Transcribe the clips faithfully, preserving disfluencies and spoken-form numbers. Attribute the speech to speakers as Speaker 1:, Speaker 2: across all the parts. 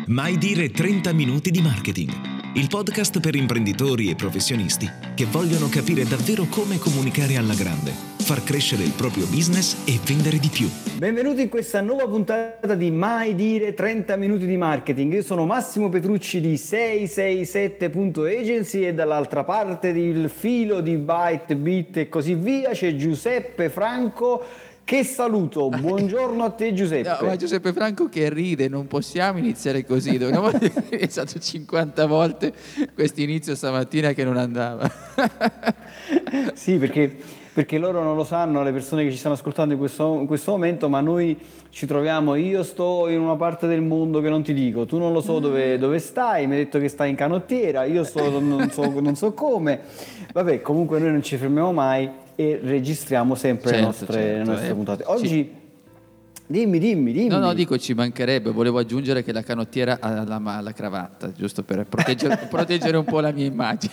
Speaker 1: Mai dire trenta minuti di marketing, il podcast per imprenditori e professionisti che vogliono capire davvero come comunicare alla grande, far crescere il proprio business e vendere di più.
Speaker 2: Benvenuti in questa nuova puntata di Mai dire trenta minuti di marketing. Io sono Massimo Petrucci di sei sei sette punto agency e dall'altra parte del filo di Byte, Bit e così via c'è Giuseppe Franco. Che saluto, buongiorno a te Giuseppe.
Speaker 3: No, ma Giuseppe Franco che ride, non possiamo iniziare così, dobbiamo è stato cinquanta volte questo inizio stamattina che non andava.
Speaker 2: Sì, perché, perché loro non lo sanno, le persone che ci stanno ascoltando in questo, in questo momento, ma noi ci troviamo, io sto in una parte del mondo che non ti dico, tu non lo so dove, dove stai, mi hai detto che stai in canottiera, io sto, non, so, non so come, vabbè comunque noi non ci fermiamo mai e registriamo sempre certo, le nostre, certo, le nostre eh, puntate. Oggi, sì. dimmi, dimmi, dimmi.
Speaker 3: No, no, dico ci mancherebbe, volevo aggiungere che la canottiera ha la, la cravatta, giusto per proteggere, proteggere un po' la mia immagine.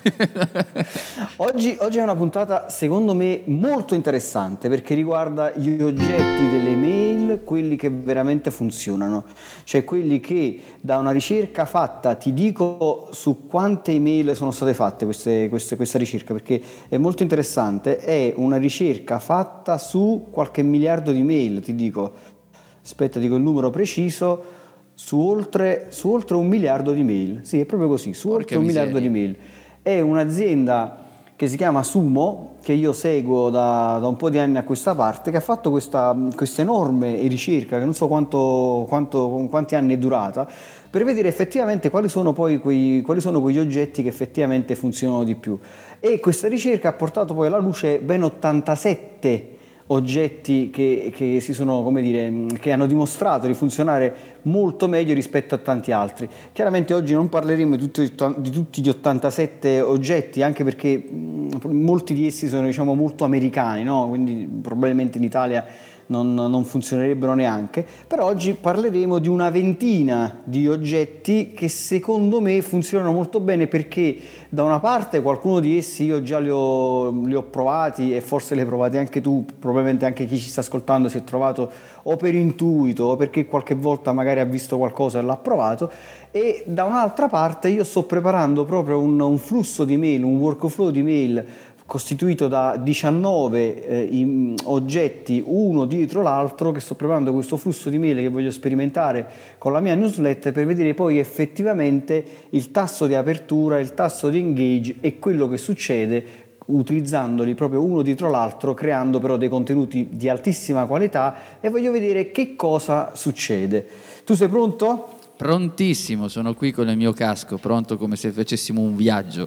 Speaker 2: Oggi, oggi è una puntata, secondo me, molto interessante perché riguarda gli oggetti delle mail, quelli che veramente funzionano, cioè quelli che da una ricerca fatta, ti dico su quante email sono state fatte queste, queste, questa ricerca perché è molto interessante, è una ricerca fatta su qualche miliardo di mail, ti dico, aspetta dico il numero preciso, su oltre, su oltre un miliardo di mail, sì è proprio così, su
Speaker 3: Porca
Speaker 2: oltre un
Speaker 3: miseria.
Speaker 2: miliardo di mail. È un'azienda che si chiama Sumo, che io seguo da, da un po' di anni a questa parte, che ha fatto questa, questa enorme ricerca, che non so quanto, quanto, quanti anni è durata, per vedere effettivamente quali sono poi quei, quali sono quegli oggetti che effettivamente funzionano di più. E questa ricerca ha portato poi alla luce ben ottantasette oggetti che, che si sono, come dire, che hanno dimostrato di funzionare molto meglio rispetto a tanti altri. Chiaramente oggi non parleremo di tutti, di tutti gli ottantasette oggetti, anche perché mh, molti di essi sono, diciamo, molto americani, no? Quindi probabilmente in Italia non, non funzionerebbero neanche, però oggi parleremo di una ventina di oggetti che secondo me funzionano molto bene perché da una parte qualcuno di essi io già li ho, li ho provati e forse li hai provati anche tu, probabilmente anche chi ci sta ascoltando si è trovato o per intuito o perché qualche volta magari ha visto qualcosa e l'ha provato, e da un'altra parte io sto preparando proprio un, un flusso di mail, un workflow di mail costituito da diciannove eh, in, oggetti uno dietro l'altro, che sto preparando questo flusso di mail che voglio sperimentare con la mia newsletter per vedere poi effettivamente il tasso di apertura, il tasso di engage e quello che succede utilizzandoli proprio uno dietro l'altro, creando però dei contenuti di altissima qualità, e voglio vedere che cosa succede. Tu sei pronto?
Speaker 3: Prontissimo, sono qui con il mio casco, pronto come se facessimo un viaggio.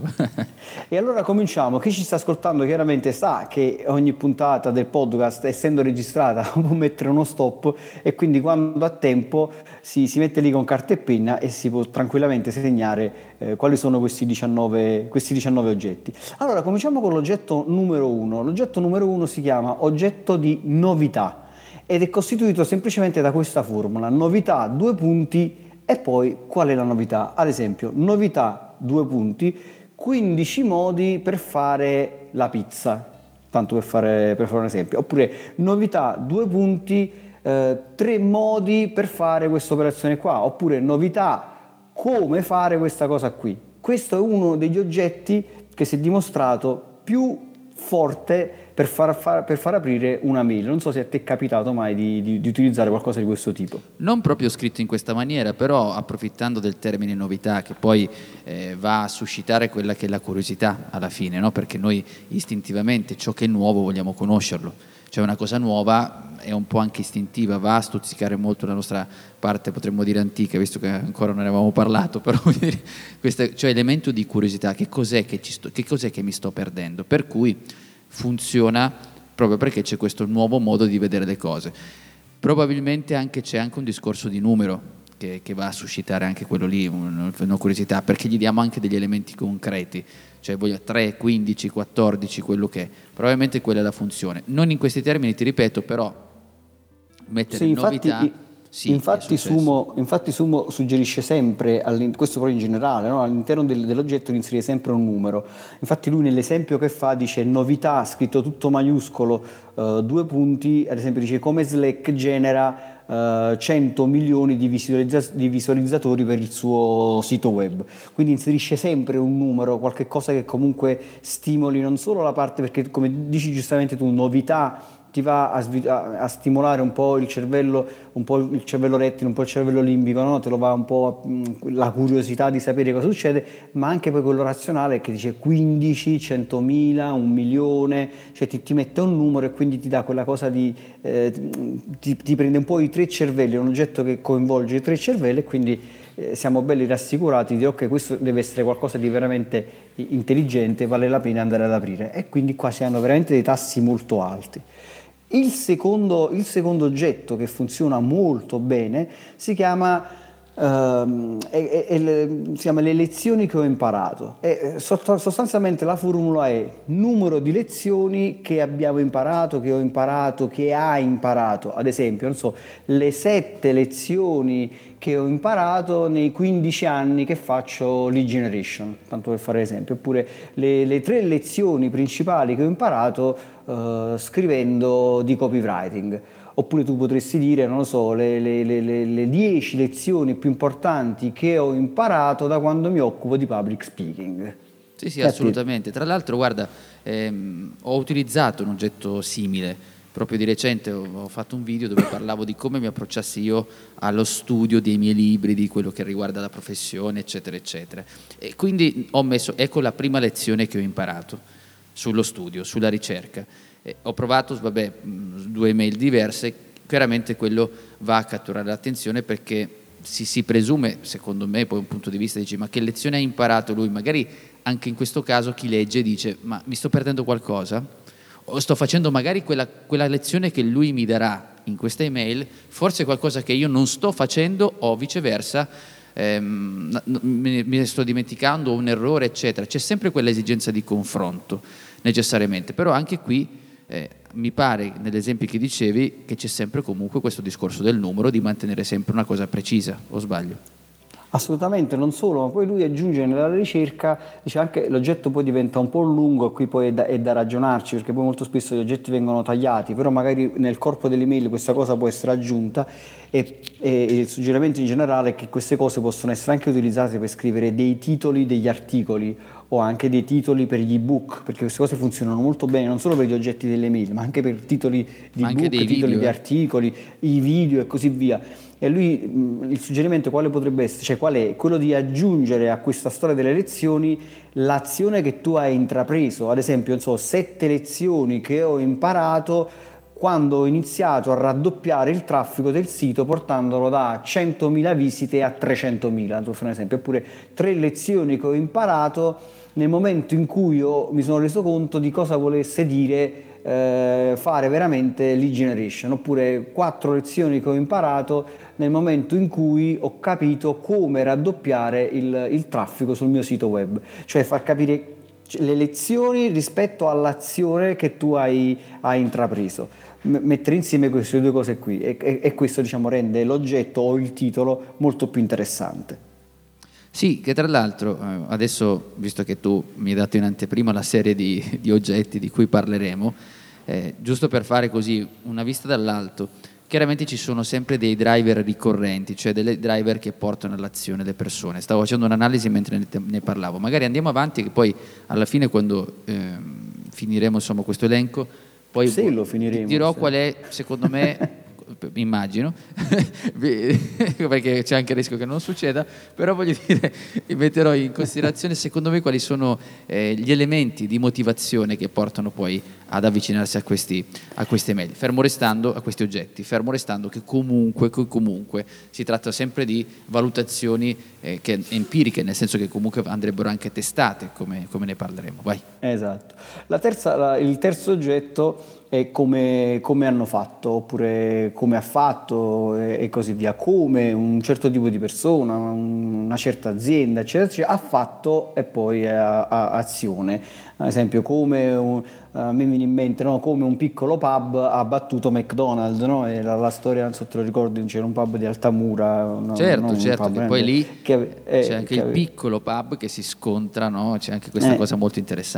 Speaker 2: E allora cominciamo. Chi ci sta ascoltando chiaramente sa che ogni puntata del podcast, essendo registrata, può mettere uno stop e quindi quando ha tempo si, si mette lì con carta e penna e si può tranquillamente segnare eh, quali sono questi diciannove, questi diciannove oggetti. Allora cominciamo con l'oggetto numero uno. L'oggetto numero uno si chiama oggetto di novità ed è costituito semplicemente da questa formula: novità, due punti. E poi qual è la novità? Ad esempio, novità, due punti, quindici modi per fare la pizza, tanto per fare, per fare un esempio. Oppure novità, due punti, eh, tre modi per fare questa operazione qua. Oppure novità, come fare questa cosa qui. Questo è uno degli oggetti che si è dimostrato più forte per far, far, per far aprire una mail. Non so se a te è capitato mai di, di, di utilizzare qualcosa di questo tipo.
Speaker 3: Non proprio scritto in questa maniera, però approfittando del termine novità, che poi eh, va a suscitare quella che è la curiosità alla fine, no? Perché noi istintivamente ciò che è nuovo vogliamo conoscerlo, cioè una cosa nuova è un po' anche istintiva, va a stuzzicare molto la nostra parte, potremmo dire antica, visto che ancora non ne avevamo parlato, però questo, cioè elemento di curiosità, che cos'è che, ci sto, che cos'è che mi sto perdendo, per cui funziona proprio perché c'è questo nuovo modo di vedere le cose. Probabilmente anche c'è anche un discorso di numero che, che va a suscitare anche quello lì, un, una curiosità, perché gli diamo anche degli elementi concreti, cioè voglio tre, quindici, quattordici, quello che è. Probabilmente quella è la funzione. Non in questi termini, ti ripeto, però mettere
Speaker 2: sì, infatti,
Speaker 3: novità... Sì,
Speaker 2: infatti, Sumo, infatti Sumo suggerisce sempre, questo poi in generale, no? All'interno del, dell'oggetto di inserire sempre un numero. Infatti lui nell'esempio che fa dice novità, scritto tutto maiuscolo, uh, due punti, ad esempio dice come Slack genera eh, cento milioni di, visualizza- di visualizzatori per il suo sito web. Quindi inserisce sempre un numero, qualche cosa che comunque stimoli non solo la parte, perché come dici giustamente tu, novità ti va a, svi- a- a stimolare un po' il cervello, un po' il cervello rettile, un po' il cervello limbico, no? Te lo va un po' mh, la curiosità di sapere cosa succede, ma anche poi quello razionale che dice quindici, centomila, un milione, cioè ti, ti mette un numero e quindi ti dà quella cosa di, eh, ti, ti prende un po' i tre cervelli, è un oggetto che coinvolge i tre cervelli e quindi eh, siamo belli rassicurati di ok, questo deve essere qualcosa di veramente intelligente, vale la pena andare ad aprire, e quindi qua si hanno veramente dei tassi molto alti. Il secondo, il secondo oggetto che funziona molto bene si chiama, ehm, è- è- è le, si chiama le lezioni che ho imparato. E, eh, sott- sostanzialmente la formula è numero di lezioni che abbiamo imparato, che ho imparato, che hai imparato. Ad esempio, non so, le sette lezioni che ho imparato nei quindici anni che faccio lead generation, tanto per fare esempio, oppure le, le tre lezioni principali che ho imparato eh, scrivendo di copywriting. Oppure tu potresti dire, non lo so, le, le, le, le- le dieci lezioni più importanti che ho imparato da quando mi occupo di public speaking.
Speaker 3: Sì, sì,
Speaker 2: E a te?
Speaker 3: assolutamente. Tra l'altro, guarda, ehm, ho utilizzato un oggetto simile. Proprio di recente ho, ho fatto un video dove parlavo di come mi approcciassi io allo studio dei miei libri, di quello che riguarda la professione, eccetera, eccetera. E quindi ho messo, ecco la prima lezione che ho imparato sullo studio, sulla ricerca. E ho provato, vabbè, mh, due email diverse, chiaramente quello va a catturare l'attenzione perché si, si presume, secondo me, poi un punto di vista, dici, ma che lezione ha imparato lui? Magari anche in questo caso chi legge dice, ma mi sto perdendo qualcosa? O sto facendo magari quella, quella lezione che lui mi darà in questa email, forse qualcosa che io non sto facendo o viceversa, ehm, n- me me ne sto dimenticando, ho un errore, eccetera. C'è sempre quella esigenza di confronto, necessariamente, però anche qui eh, mi pare, negli esempi che dicevi, che c'è sempre comunque questo discorso del numero, di mantenere sempre una cosa precisa, o sbaglio?
Speaker 2: Assolutamente, non solo, ma poi lui aggiunge nella ricerca, dice anche l'oggetto poi diventa un po' lungo, e qui poi è da, è da ragionarci, perché poi molto spesso gli oggetti vengono tagliati, però magari nel corpo dell'email questa cosa può essere aggiunta, e, e il suggerimento in generale è che queste cose possono essere anche utilizzate per scrivere dei titoli degli articoli o anche dei titoli per gli ebook, perché queste cose funzionano molto bene non solo per gli oggetti delle mail, ma anche per titoli di
Speaker 3: Ma anche
Speaker 2: ebook,
Speaker 3: dei
Speaker 2: titoli
Speaker 3: video,
Speaker 2: di
Speaker 3: eh?
Speaker 2: articoli, i video e così via. E lui, mh, il suggerimento quale potrebbe essere? Cioè qual è? Quello di aggiungere a questa storia delle lezioni l'azione che tu hai intrapreso, ad esempio, non so, sette lezioni che ho imparato quando ho iniziato a raddoppiare il traffico del sito portandolo da centomila visite a trecentomila, per fare un esempio, oppure tre lezioni che ho imparato nel momento in cui io mi sono reso conto di cosa volesse dire eh, fare veramente lead generation, oppure quattro lezioni che ho imparato nel momento in cui ho capito come raddoppiare il, il traffico sul mio sito web, cioè far capire le lezioni rispetto all'azione che tu hai, hai intrapreso. M- mettere insieme queste due cose qui e, e- e questo diciamo rende l'oggetto o il titolo molto più interessante.
Speaker 3: Sì, che tra l'altro eh, adesso, visto che tu mi hai dato in anteprima la serie di, di oggetti di cui parleremo, eh, giusto per fare così una vista dall'alto, chiaramente ci sono sempre dei driver ricorrenti, cioè delle driver che portano all'azione le persone. Stavo facendo un'analisi mentre ne, ne parlavo. Magari andiamo avanti che poi alla fine quando ehm, finiremo insomma questo elenco, poi
Speaker 2: Se
Speaker 3: boh,
Speaker 2: lo
Speaker 3: ti
Speaker 2: finiremo,
Speaker 3: dirò
Speaker 2: se-
Speaker 3: qual è secondo me immagino perché c'è anche il rischio che non succeda, però voglio dire, metterò in considerazione secondo me quali sono eh, gli elementi di motivazione che portano poi ad avvicinarsi a questi, a queste mail, fermo restando a questi oggetti, fermo restando che comunque, che comunque si tratta sempre di valutazioni eh, che, empiriche, nel senso che comunque andrebbero anche testate, come, come ne parleremo. Vai.
Speaker 2: Esatto. La terza- la- il terzo oggetto è come, come hanno fatto, oppure come ha fatto e, e così via, come un certo tipo di persona, un- una certa azienda, eccetera, eccetera, ha fatto e poi ha, ha azione. Ad esempio, come un, a me viene in mente, no, come un piccolo pub ha battuto McDonald's, no? E la, la storia, non so se te lo ricordi, c'era un pub di Altamura, no,
Speaker 3: Certo,
Speaker 2: non un
Speaker 3: certo,
Speaker 2: pub,
Speaker 3: che poi
Speaker 2: eh,
Speaker 3: lì
Speaker 2: che, ave-
Speaker 3: c'è
Speaker 2: eh,
Speaker 3: anche
Speaker 2: che
Speaker 3: il
Speaker 2: ave-
Speaker 3: piccolo pub che si scontra, no? C'è anche questa
Speaker 2: eh,
Speaker 3: cosa molto interessante.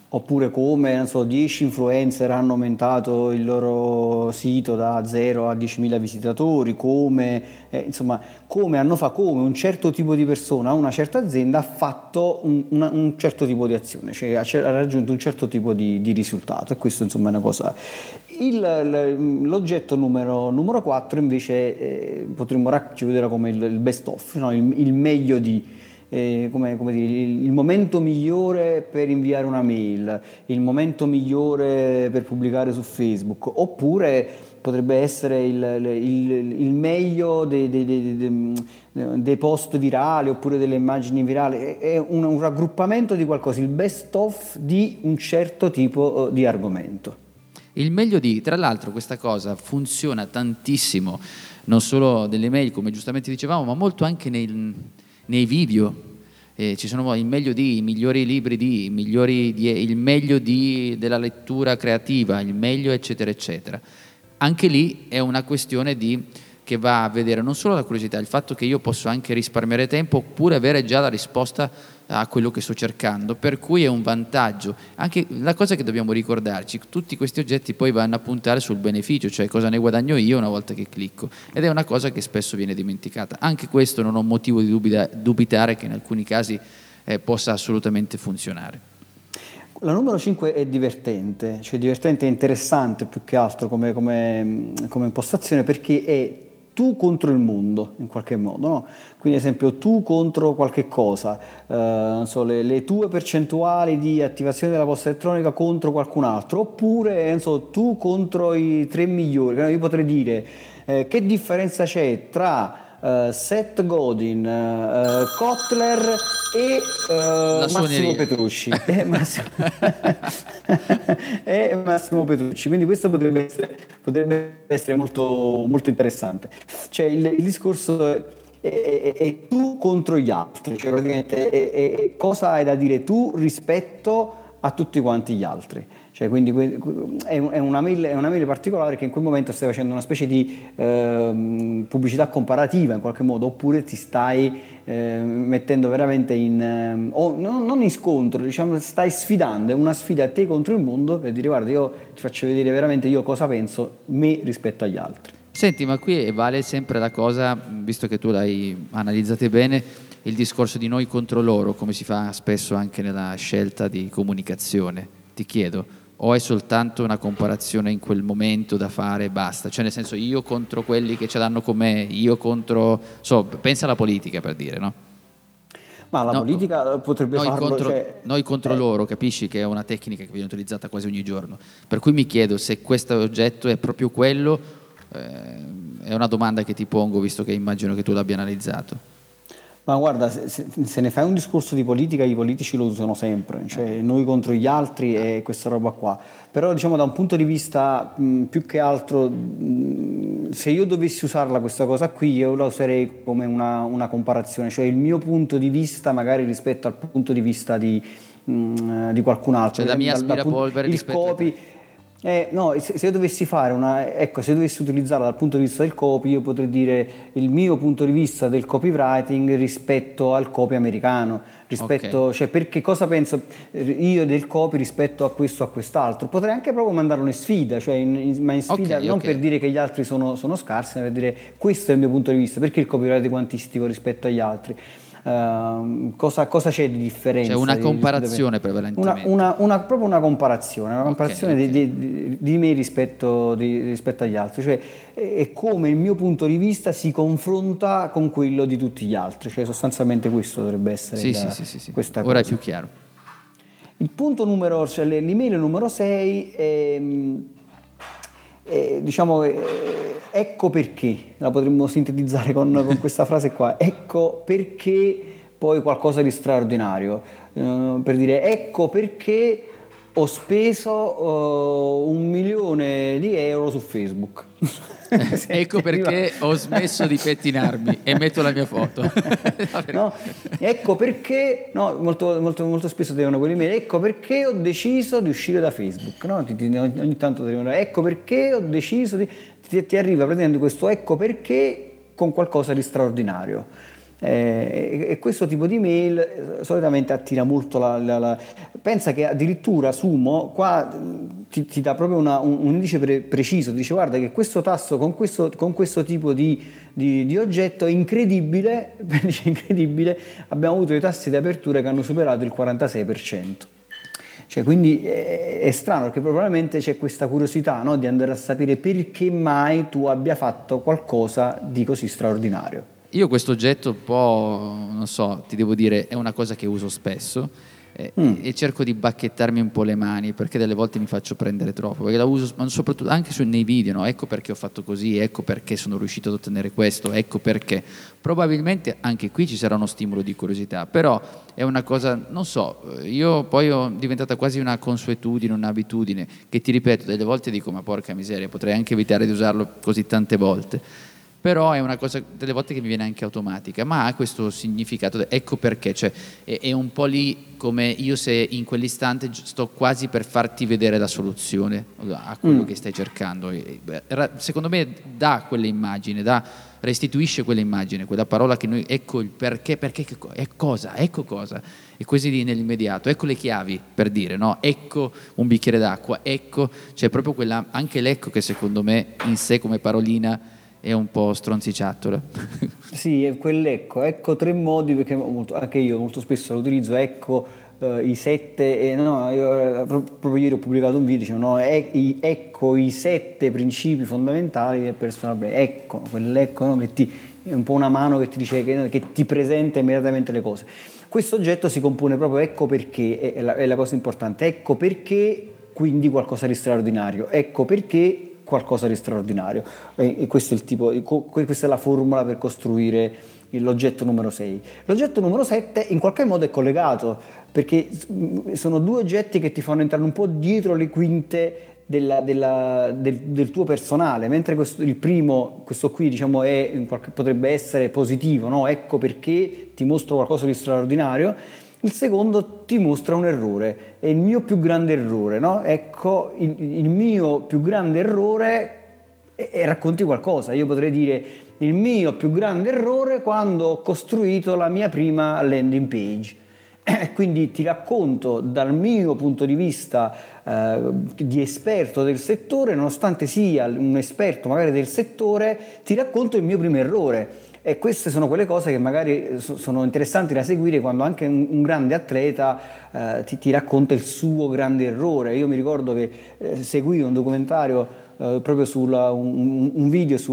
Speaker 2: oppure come, non so, dieci influencer hanno aumentato il loro sito da zero a diecimila visitatori, come, eh, insomma, come hanno fatto, come un certo tipo di persona, una certa azienda ha fatto un, una- un certo tipo di azione, cioè ha, ha raggiunto un certo tipo di, di risultato, e questo insomma è una cosa. Il- l- l'oggetto numero, numero quattro invece eh, potremmo racchiudere come il, il best of, no? il il meglio di eh, come, come dire, il, il momento migliore per inviare una mail, il momento migliore per pubblicare su Facebook, oppure potrebbe essere il, il- il meglio dei, dei- dei- dei- dei post virali oppure delle immagini virali, è, è un, un raggruppamento di qualcosa, il best of di un certo tipo eh, di argomento.
Speaker 3: Il meglio di, tra l'altro questa cosa funziona tantissimo, non solo nelle mail come giustamente dicevamo, ma molto anche nel- nei video. Eh, ci sono il meglio di, i migliori libri di, i migliori di, il meglio di, della lettura creativa, il meglio eccetera eccetera. Anche lì è una questione di, che va a vedere non solo la curiosità, il fatto che io posso anche risparmiare tempo oppure avere già la risposta a quello che sto cercando, per cui è un vantaggio. Anche la cosa che dobbiamo ricordarci, tutti questi oggetti poi vanno a puntare sul beneficio, cioè cosa ne guadagno io una volta che clicco, ed è una cosa che spesso viene dimenticata. Anche questo non ho motivo di dubita- dubitare che in alcuni casi eh, possa assolutamente funzionare.
Speaker 2: La numero cinque è divertente, cioè divertente e interessante più che altro come, come- come impostazione, perché è tu contro il mondo in qualche modo, no? Quindi ad esempio tu contro qualche cosa, eh, non so, le, le tue percentuali di attivazione della posta elettronica contro qualcun altro, oppure non so, tu contro i tre migliori. Io potrei dire eh, che differenza c'è tra eh, Seth Godin, eh, Kotler e
Speaker 3: La
Speaker 2: eh, Massimo
Speaker 3: suoneria.
Speaker 2: Petrucci. E Massimo... e Massimo Petrucci. Quindi questo potrebbe essere, potrebbe essere molto, molto interessante. Cioè il, il discorso è, è- è tu contro gli altri, cioè praticamente è- è- è cosa hai da dire tu rispetto a tutti quanti gli altri. Cioè, quindi que- è, un- è una mail, è una mail particolare che in quel momento stai facendo una specie di ehm, pubblicità comparativa in qualche modo, oppure ti stai ehm, mettendo veramente in, ehm, o no- non in scontro, diciamo, stai sfidando, è una sfida a te contro il mondo per dire guarda, io ti faccio vedere veramente io cosa penso, me rispetto agli altri.
Speaker 3: Senti, ma qui vale sempre la cosa, visto che tu l'hai analizzate bene, il discorso di noi contro loro, come si fa spesso anche nella scelta di comunicazione. Ti chiedo, o è soltanto una comparazione in quel momento da fare e basta? Cioè nel senso io contro quelli che ce l'hanno con me, io contro... So, pensa alla politica per dire, no?
Speaker 2: Ma la
Speaker 3: No,
Speaker 2: politica potrebbe
Speaker 3: noi
Speaker 2: farlo,
Speaker 3: contro,
Speaker 2: cioè,
Speaker 3: noi contro
Speaker 2: eh,
Speaker 3: loro, capisci che è una tecnica che viene utilizzata quasi ogni giorno. Per cui mi chiedo se questo oggetto è proprio quello, eh, è una domanda che ti pongo, visto che immagino che tu l'abbia analizzato.
Speaker 2: ma guarda, se, se- se ne fai un discorso di politica, i politici lo usano sempre, cioè noi contro gli altri e questa roba qua. Però diciamo da un punto di vista mh, più che altro, mh, se io dovessi usarla questa cosa qui, io la userei come una, una comparazione, cioè il mio punto di vista magari rispetto al punto di vista di, mh, di qualcun altro.
Speaker 3: Cioè
Speaker 2: Per
Speaker 3: la
Speaker 2: esempio,
Speaker 3: mia
Speaker 2: dal- dal pun-
Speaker 3: aspirapolvere
Speaker 2: il
Speaker 3: rispetto ai
Speaker 2: copy.
Speaker 3: tre.
Speaker 2: Eh, no, se, se io dovessi fare una, ecco, se io dovessi utilizzarla dal punto di vista del copy, io potrei dire il mio punto di vista del copywriting rispetto al copy americano,
Speaker 3: Ok,
Speaker 2: rispetto, cioè perché cosa penso eh, io del copy rispetto a questo o a quest'altro. Potrei anche proprio mandarlo in sfida, cioè in- in- ma in
Speaker 3: ok,
Speaker 2: sfida non
Speaker 3: ok.
Speaker 2: per dire che gli altri sono, sono scarsi, ma per dire questo è il mio punto di vista, perché il copywriting quantistico rispetto agli altri. Ehm, cosa, cosa c'è di
Speaker 3: C'è
Speaker 2: differenza?
Speaker 3: una
Speaker 2: di-
Speaker 3: comparazione
Speaker 2: una,
Speaker 3: prevalentemente.
Speaker 2: una- una- proprio una comparazione, una
Speaker 3: Ok,
Speaker 2: comparazione di,
Speaker 3: ok.
Speaker 2: di- di- di me rispetto, di- rispetto agli altri, cioè è, è come il mio punto di vista si confronta con quello di tutti gli altri, cioè sostanzialmente questo dovrebbe essere
Speaker 3: Sì, sì,
Speaker 2: il-
Speaker 3: sì, sì, sì.
Speaker 2: questa
Speaker 3: Ora è
Speaker 2: cosa.
Speaker 3: più chiaro.
Speaker 2: Il punto numero, cioè le- l'email numero sei è, è, diciamo, è- ecco perché, la potremmo sintetizzare con, con questa frase qua, ecco perché poi qualcosa di straordinario. Eh, per dire ecco perché ho speso eh, un milione di euro su Facebook. Se
Speaker 3: Ecco
Speaker 2: ti arriva-
Speaker 3: perché ho smesso di pettinarmi e metto la mia foto.
Speaker 2: No? Ecco perché, no, molto, molto, molto spesso ti arrivano quelle mail, ecco perché ho deciso di uscire da Facebook, no? Ti- ti- ogni, ogni tanto ti arrivano, ecco perché ho deciso di... Ti, ti arriva praticamente questo ecco perché con qualcosa di straordinario. Eh, e, e questo tipo di mail eh, solitamente attira molto la, la- la- pensa che addirittura Sumo qua mh, ti, ti dà proprio una- un, un indice pre- preciso, ti dice guarda che questo tasso con questo, con questo tipo di, di- di oggetto è incredibile, dice incredibile, abbiamo avuto dei tassi di apertura che hanno superato il quarantasei per cento. Cioè, quindi è, è strano perché probabilmente c'è questa curiosità, no, di andare a sapere perché mai tu abbia fatto qualcosa di così straordinario.
Speaker 3: Io questo oggetto un po', non so, ti devo dire, è una cosa che uso spesso eh, e cerco di bacchettarmi un po' le mani perché delle volte mi faccio prendere troppo, perché la uso ma soprattutto anche su, nei video, no? Ecco perché ho fatto così, ecco perché sono riuscito ad ottenere questo, ecco perché. Probabilmente anche qui ci sarà uno stimolo di curiosità, però è una cosa, non so, io poi ho diventata quasi una consuetudine, un'abitudine, che ti ripeto, delle volte dico ma porca miseria, potrei anche evitare di usarlo così tante volte. Però è una cosa delle volte che mi viene anche automatica, ma ha questo significato, ecco perché, cioè è, è un po' lì come io se in quell'istante gi- sto quasi per farti vedere la soluzione a quello che stai cercando. E, beh, ra- secondo me dà quell'immagine, dà, restituisce quell'immagine, quella parola che noi, ecco il perché, perché che co- è cosa, ecco cosa, e così lì nell'immediato, ecco le chiavi per dire, no? Ecco un bicchiere d'acqua, ecco, c'è proprio quella, anche l'ecco che secondo me in sé come parolina è un po' stronziciattolo.
Speaker 2: Sì, è quell'ecco, ecco tre modi, perché molto- anche io molto spesso lo utilizzo, ecco eh, i sette, e no, io, eh, pro- proprio ieri ho pubblicato un video, dicevo, no, e- i- ecco i sette principi fondamentali del personal branding, ecco, quell'ecco, no, che ti, è un po' una mano che ti dice, che, che ti presenta immediatamente le cose. Questo oggetto si compone proprio, ecco perché, è, è la, è la cosa importante, ecco perché quindi qualcosa di straordinario, ecco perché qualcosa di straordinario. E, e questo è il tipo, questa è la formula per costruire l'oggetto numero sei. L'oggetto numero sette in qualche modo è collegato, perché sono due oggetti che ti fanno entrare un po' dietro le quinte della, della, del, del tuo personale, mentre questo, il primo, questo qui diciamo è, potrebbe essere positivo, no? Ecco perché ti mostro qualcosa di straordinario. Il secondo ti mostra un errore, è il mio più grande errore, no? Ecco, il, il mio più grande errore e, e racconti qualcosa. Io potrei dire il mio più grande errore quando ho costruito la mia prima landing page. Quindi ti racconto dal mio punto di vista eh, di esperto del settore, nonostante sia un esperto magari del settore, ti racconto il mio primo errore. E queste sono quelle cose che magari sono interessanti da seguire quando anche un, un grande atleta eh, ti, ti racconta il suo grande errore. Io mi ricordo che eh, seguì un documentario eh, proprio su un, un video su...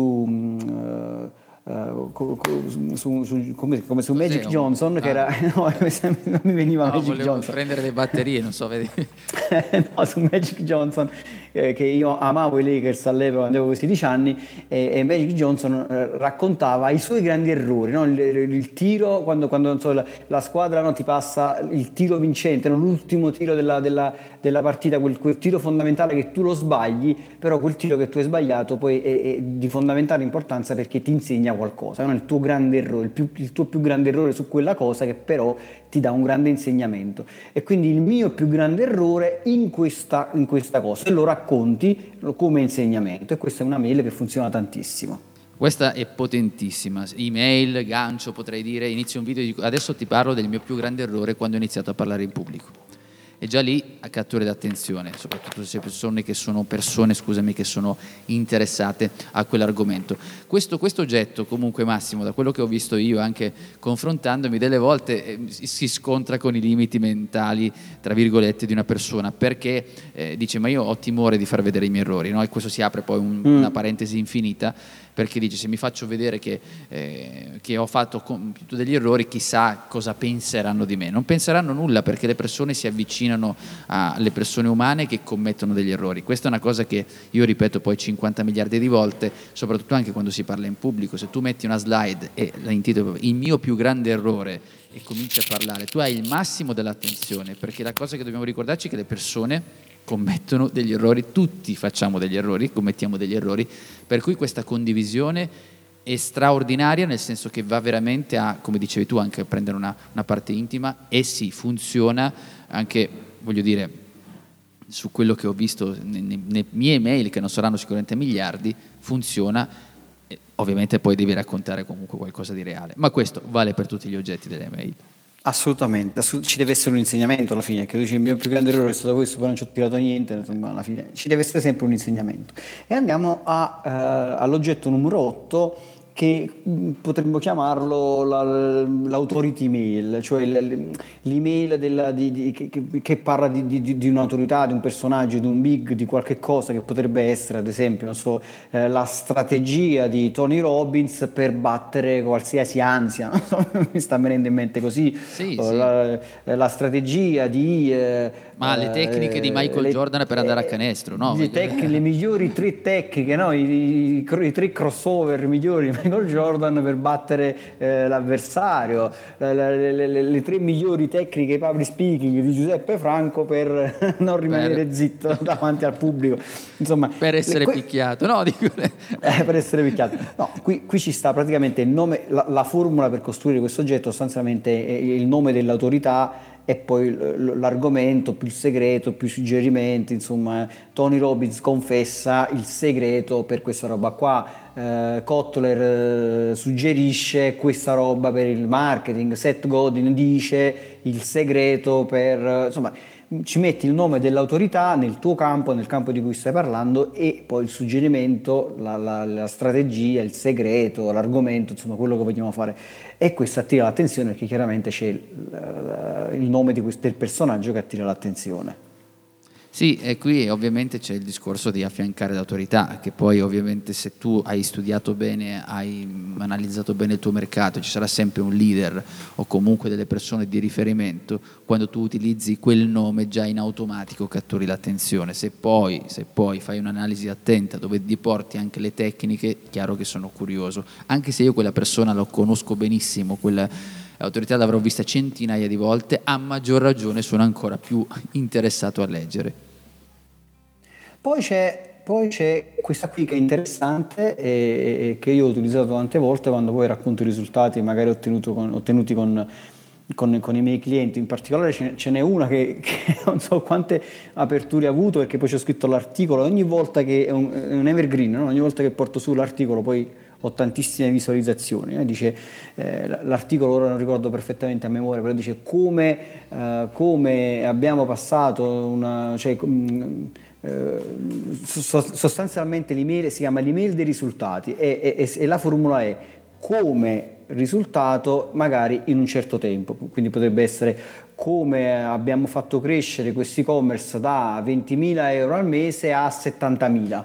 Speaker 2: Um, Uh, co, co, su, su, come, come su
Speaker 3: Cos'è
Speaker 2: Magic
Speaker 3: un...
Speaker 2: Johnson, che
Speaker 3: Ah,
Speaker 2: era no, non mi veniva
Speaker 3: no,
Speaker 2: Magic
Speaker 3: volevo
Speaker 2: Johnson.
Speaker 3: prendere le batterie, non so, vedi.
Speaker 2: No, su Magic Johnson, eh, che io amavo i Lakers all'epoca, quando avevo sedici anni, e, e Magic Johnson eh, raccontava i suoi grandi errori, no? il, il, il tiro, quando, quando non so, la, la squadra no, ti passa il tiro vincente, no? L'ultimo tiro della, della, della partita, quel, quel tiro fondamentale che tu lo sbagli, però quel tiro che tu hai sbagliato poi è, è di fondamentale importanza perché ti insegna qualcosa, no? Il tuo grande errore, il, più, il tuo più grande errore su quella cosa che però ti dà un grande insegnamento. E quindi il mio più grande errore in questa, in questa cosa, e lo racconti come insegnamento, e questa è una mail che funziona tantissimo.
Speaker 3: Questa è potentissima, email, gancio potrei dire, inizio un video, dico, adesso ti parlo del mio più grande errore quando ho iniziato a parlare in pubblico. E già lì a cattura d'attenzione, soprattutto se persone che sono persone, scusami, che sono interessate a quell'argomento. Questo, questo oggetto, comunque Massimo, da quello che ho visto io anche confrontandomi, delle volte eh, si scontra con i limiti mentali, tra virgolette, di una persona, perché eh, dice ma io ho timore di far vedere i miei errori, no? E questo si apre poi un, mm. una parentesi infinita, perché dice se mi faccio vedere che, eh, che ho fatto compiuto degli errori, chissà cosa penseranno di me. Non penseranno nulla, perché le persone si avvicinano alle persone umane che commettono degli errori. Questa è una cosa che io ripeto poi cinquanta miliardi di volte, soprattutto anche quando si parla in pubblico. Se tu metti una slide e la intitoli il mio più grande errore e cominci a parlare, tu hai il massimo dell'attenzione, perché la cosa che dobbiamo ricordarci è che le persone commettono degli errori, tutti facciamo degli errori, commettiamo degli errori, per cui questa condivisione è straordinaria, nel senso che va veramente a, come dicevi tu, anche a prendere una, una parte intima, e sì, funziona anche, voglio dire, su quello che ho visto nei, nei miei mail, che non saranno sicuramente miliardi, funziona E ovviamente poi devi raccontare comunque qualcosa di reale, ma questo vale per tutti gli oggetti delle mail.
Speaker 2: Assolutamente, assolut- ci deve essere un insegnamento alla fine, che tu dici il mio più grande errore è stato questo, poi non ci ho tirato niente, insomma alla fine ci deve essere sempre un insegnamento. E andiamo a, eh, all'oggetto numero otto, che mh, potremmo chiamarlo la- l'authority mail, cioè l- l'email della- di- di- che, che- che parla di, di- di un'autorità, di un personaggio, di un big, di qualche cosa che potrebbe essere, ad esempio, non so, eh, la strategia di Tony Robbins per battere qualsiasi ansia, non so, mi sta venendo in mente così,
Speaker 3: Sì,
Speaker 2: o
Speaker 3: sì.
Speaker 2: la, la strategia di... eh,
Speaker 3: Ma le tecniche di
Speaker 2: eh,
Speaker 3: Michael
Speaker 2: le,
Speaker 3: Jordan per andare a
Speaker 2: eh,
Speaker 3: canestro, no?
Speaker 2: le, tec- le migliori tre tecniche, no? I, i- i tre crossover migliori di Michael Jordan per battere eh, l'avversario, le, le- le- le- le tre migliori tecniche public speaking di Giuseppe Franco per non rimanere
Speaker 3: Per,
Speaker 2: zitto davanti al pubblico. Insomma,
Speaker 3: per essere
Speaker 2: le- que-
Speaker 3: picchiato, no? Dico,
Speaker 2: eh, per essere picchiato. No, qui, qui ci sta praticamente il nome, la, la formula per costruire questo oggetto sostanzialmente è il nome dell'autorità e poi l- l'argomento, più il segreto, più i suggerimenti, insomma, Tony Robbins confessa il segreto per questa roba qua, eh, Kotler eh, suggerisce questa roba per il marketing, Seth Godin dice il segreto per... eh, insomma, ci metti il nome dell'autorità nel tuo campo, nel campo di cui stai parlando e poi il suggerimento, la, la- la strategia, il segreto, l'argomento, insomma quello che vogliamo fare. E questo attira l'attenzione perché chiaramente c'è il, il nome di questo, del personaggio che attira l'attenzione.
Speaker 3: sì, e qui ovviamente c'è il discorso di affiancare l'autorità, che poi ovviamente se tu hai studiato bene, hai analizzato bene il tuo mercato, ci sarà sempre un leader o comunque delle persone di riferimento, quando tu utilizzi quel nome già in automatico catturi l'attenzione. Se poi, se poi fai un'analisi attenta dove ti porti anche le tecniche, chiaro che sono curioso, anche se io quella persona la conosco benissimo, quella autorità l'avrò vista centinaia di volte, a maggior ragione sono ancora più interessato a leggere.
Speaker 2: Poi c'è, poi c'è questa qui che è interessante e, e che io ho utilizzato tante volte quando poi racconto i risultati magari ottenuto con- ottenuti con, con- con i miei clienti. In particolare ce, ce n'è una che, che non so quante aperture ha avuto perché poi c'ho scritto l'articolo. Ogni volta che è un, è un evergreen, no? Ogni volta che porto su l'articolo poi ho tantissime visualizzazioni. eh. Dice, eh, l'articolo ora non ricordo perfettamente a memoria, però dice come, eh, come abbiamo passato una... Cioè, mh, eh, so- sostanzialmente l'email si chiama l'email dei risultati e, e- e- e la formula è come risultato magari in un certo tempo, quindi potrebbe essere come abbiamo fatto crescere questo e-commerce da ventimila euro al mese a settantamila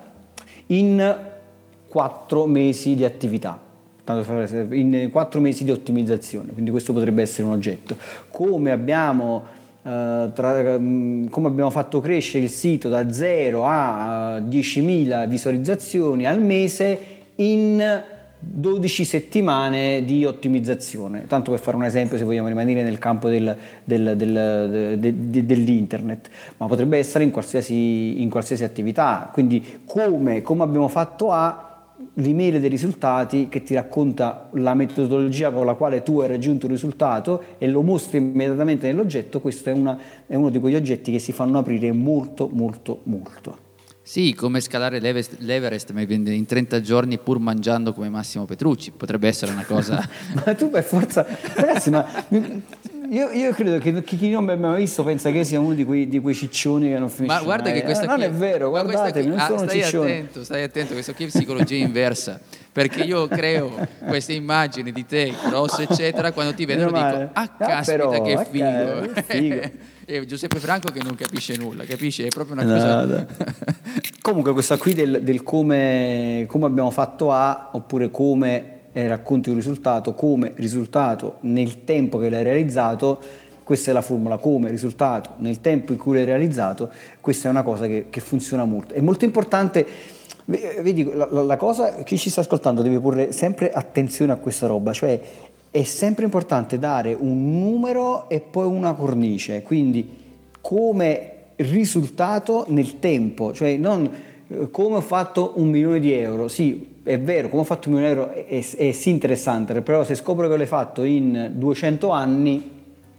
Speaker 2: in quattro mesi di attività, tanto per fare- in quattro mesi di ottimizzazione, quindi questo potrebbe essere un oggetto. Come abbiamo Uh, tra, um, come abbiamo fatto crescere il sito da zero a uh, diecimila visualizzazioni al mese in dodici settimane di ottimizzazione, tanto per fare un esempio se vogliamo rimanere nel campo del, del, del, de, de, dell'internet, ma potrebbe essere in qualsiasi, in qualsiasi attività, quindi come, come abbiamo fatto a l'email dei risultati che ti racconta la metodologia con la quale tu hai raggiunto il risultato e lo mostri immediatamente nell'oggetto. Questo è, una, è uno di quegli oggetti che si fanno aprire molto molto molto.
Speaker 3: Sì, come scalare l'Everest, l'Everest ma in trenta giorni pur mangiando come Massimo Petrucci, potrebbe essere una cosa...
Speaker 2: Ma tu per forza... Ragazzi, ma io, io credo che chi non mi ha mai visto pensa che io sia uno di quei, di quei ciccioni che non finisce
Speaker 3: Ma guarda
Speaker 2: mai.
Speaker 3: che questa
Speaker 2: Eh, non
Speaker 3: qui,
Speaker 2: è vero,
Speaker 3: ma questa
Speaker 2: guardatemi,
Speaker 3: qui-
Speaker 2: non
Speaker 3: ah,
Speaker 2: sono
Speaker 3: stai
Speaker 2: ciccione.
Speaker 3: attento, stai attento, questo qui è psicologia inversa, perché io creo queste immagini di te grosso eccetera, quando ti vedono
Speaker 2: Meno
Speaker 3: dico
Speaker 2: male.
Speaker 3: ah
Speaker 2: Ah,
Speaker 3: caspita
Speaker 2: però,
Speaker 3: che
Speaker 2: ah,
Speaker 3: figo,
Speaker 2: che figo.
Speaker 3: e Giuseppe Franco che non capisce nulla, capisci? È proprio una
Speaker 2: No,
Speaker 3: cosa...
Speaker 2: no. Comunque questa qui del, del come, come abbiamo fatto A oppure come eh, racconti un risultato, come risultato nel tempo che l'hai realizzato, questa è la formula, come risultato nel tempo in cui l'hai realizzato, questa è una cosa che, che funziona molto. È molto importante, vedi, la, la, la cosa, chi ci sta ascoltando deve porre sempre attenzione a questa roba, cioè è sempre importante dare un numero e poi una cornice, quindi come risultato nel tempo, cioè non eh, come ho fatto un milione di euro, sì è vero, come ho fatto un milione di euro è, è, è sì interessante, però se scopro che l'hai fatto in duecento anni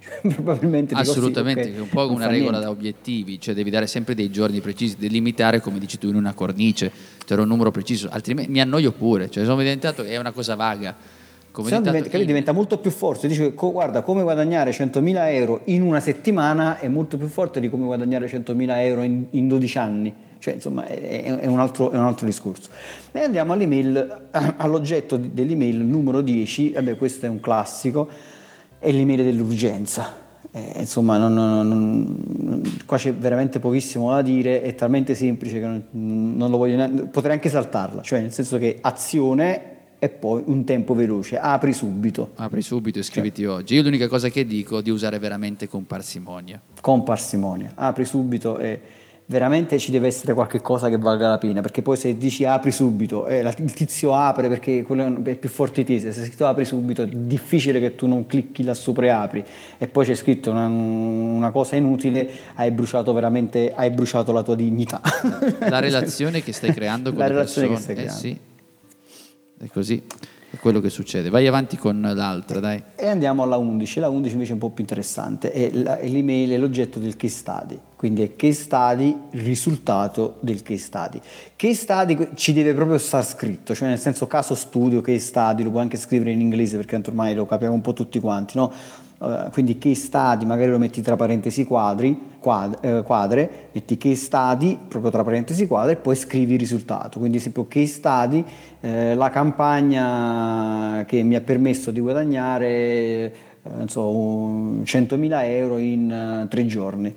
Speaker 2: probabilmente
Speaker 3: assolutamente,
Speaker 2: dico, sì,
Speaker 3: che è
Speaker 2: okay,
Speaker 3: un po'
Speaker 2: non
Speaker 3: una
Speaker 2: fa
Speaker 3: regola
Speaker 2: niente.
Speaker 3: da obiettivi, cioè devi dare sempre dei giorni precisi, delimitare come dici tu in una cornice, cioè un numero preciso, altrimenti mi annoio pure, cioè sono diventato, è una cosa vaga, come è
Speaker 2: Se no
Speaker 3: diventato
Speaker 2: diventa, capito,
Speaker 3: in.
Speaker 2: diventa molto più forte. Dice, co- guarda, come guadagnare centomila euro in una settimana è molto più forte di come guadagnare centomila euro in, in dodici anni. Cioè, insomma, è, è un altro, è un altro discorso. E andiamo all'email, all'oggetto di- dell'email numero dieci. Vabbè, questo è un classico, è l'email dell'urgenza. Eh, insomma, non- non- non- qua c'è veramente pochissimo da dire, è talmente semplice che non, non lo voglio neanche, potrei anche saltarla, cioè nel senso che azione e poi un tempo veloce, apri subito,
Speaker 3: Apri subito e
Speaker 2: cioè
Speaker 3: scriviti oggi. Io l'unica cosa che dico è di usare veramente con parsimonia.
Speaker 2: con parsimonia, apri subito e veramente ci deve essere qualche cosa che valga la pena, perché poi se dici apri subito e la- il tizio apre perché quello è più forte di te, se c'è scritto apri subito è difficile che tu non clicchi là sopra e apri e poi c'è scritto una, una cosa inutile, hai bruciato veramente, hai bruciato la tua dignità.
Speaker 3: La, la relazione che stai creando con
Speaker 2: La
Speaker 3: le
Speaker 2: relazione che
Speaker 3: persone,
Speaker 2: stai
Speaker 3: eh
Speaker 2: creando.
Speaker 3: sì, è così, è quello che succede. Vai avanti con l'altra, dai.
Speaker 2: E andiamo alla undici, la undici invece è un po' più interessante, è la- è l'email è l'oggetto del case study, quindi è case study, risultato del case study. Case study ci deve proprio stare scritto, cioè nel senso caso studio, case study, lo puoi anche scrivere in inglese perché tanto ormai lo capiamo un po' tutti quanti, no? Uh, quindi case study magari lo metti tra parentesi quadri, quad, eh, quadre, metti case study proprio tra parentesi quadre e poi scrivi il risultato. Quindi esempio case study, eh, la campagna che mi ha permesso di guadagnare eh, non so, un centomila euro in eh, tre giorni,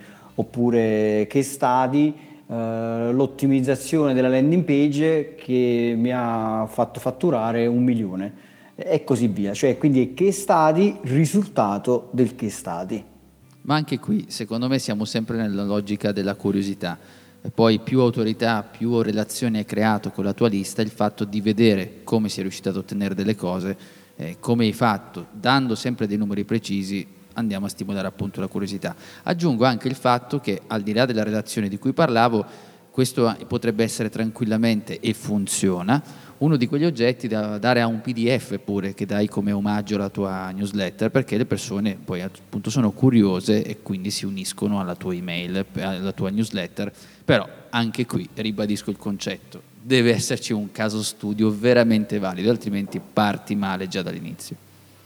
Speaker 2: oppure case study, eh, l'ottimizzazione della landing page che mi ha fatto fatturare un milione e così via, cioè quindi è case study, risultato del case study.
Speaker 3: Ma anche qui, secondo me, siamo sempre nella logica della curiosità. E poi più autorità, più relazioni hai creato con la tua lista, il fatto di vedere come sei riuscito ad ottenere delle cose, eh, come hai fatto, dando sempre dei numeri precisi, andiamo a stimolare appunto la curiosità. Aggiungo anche il fatto che, al di là della relazione di cui parlavo, questo potrebbe essere tranquillamente, e funziona, uno di quegli oggetti da dare a un P D F pure, che dai come omaggio alla tua newsletter, perché le persone poi appunto sono curiose e quindi si uniscono alla tua email, alla tua newsletter. Però anche qui ribadisco il concetto, deve esserci un caso studio veramente valido, altrimenti parti male già dall'inizio.